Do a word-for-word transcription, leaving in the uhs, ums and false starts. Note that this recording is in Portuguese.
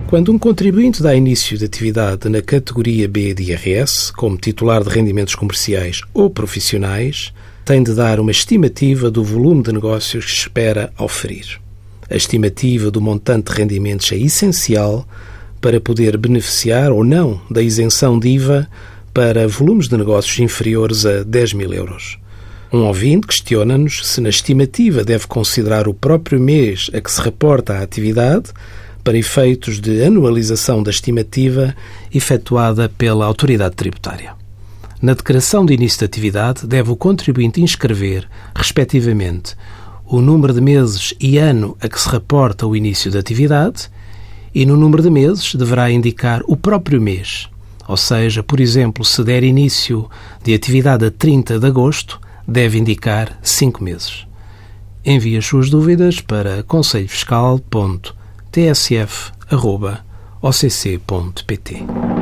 Quando um contribuinte dá início de atividade na categoria B de I R S, como titular de rendimentos comerciais ou profissionais, tem de dar uma estimativa do volume de negócios que espera oferir. A estimativa do montante de rendimentos é essencial para poder beneficiar ou não da isenção de I V A para volumes de negócios inferiores a dez mil euros. Um ouvinte questiona-nos se na estimativa deve considerar o próprio mês a que se reporta a atividade para efeitos de anualização da estimativa efetuada pela autoridade tributária. Na declaração de início de atividade, deve o contribuinte inscrever, respectivamente, o número de meses e ano a que se reporta o início da atividade e no número de meses deverá indicar o próprio mês. Ou seja, por exemplo, se der início de atividade a trinta de agosto, deve indicar cinco meses. Envie as suas dúvidas para conselho fiscal ponto t s f arroba o c c ponto p t.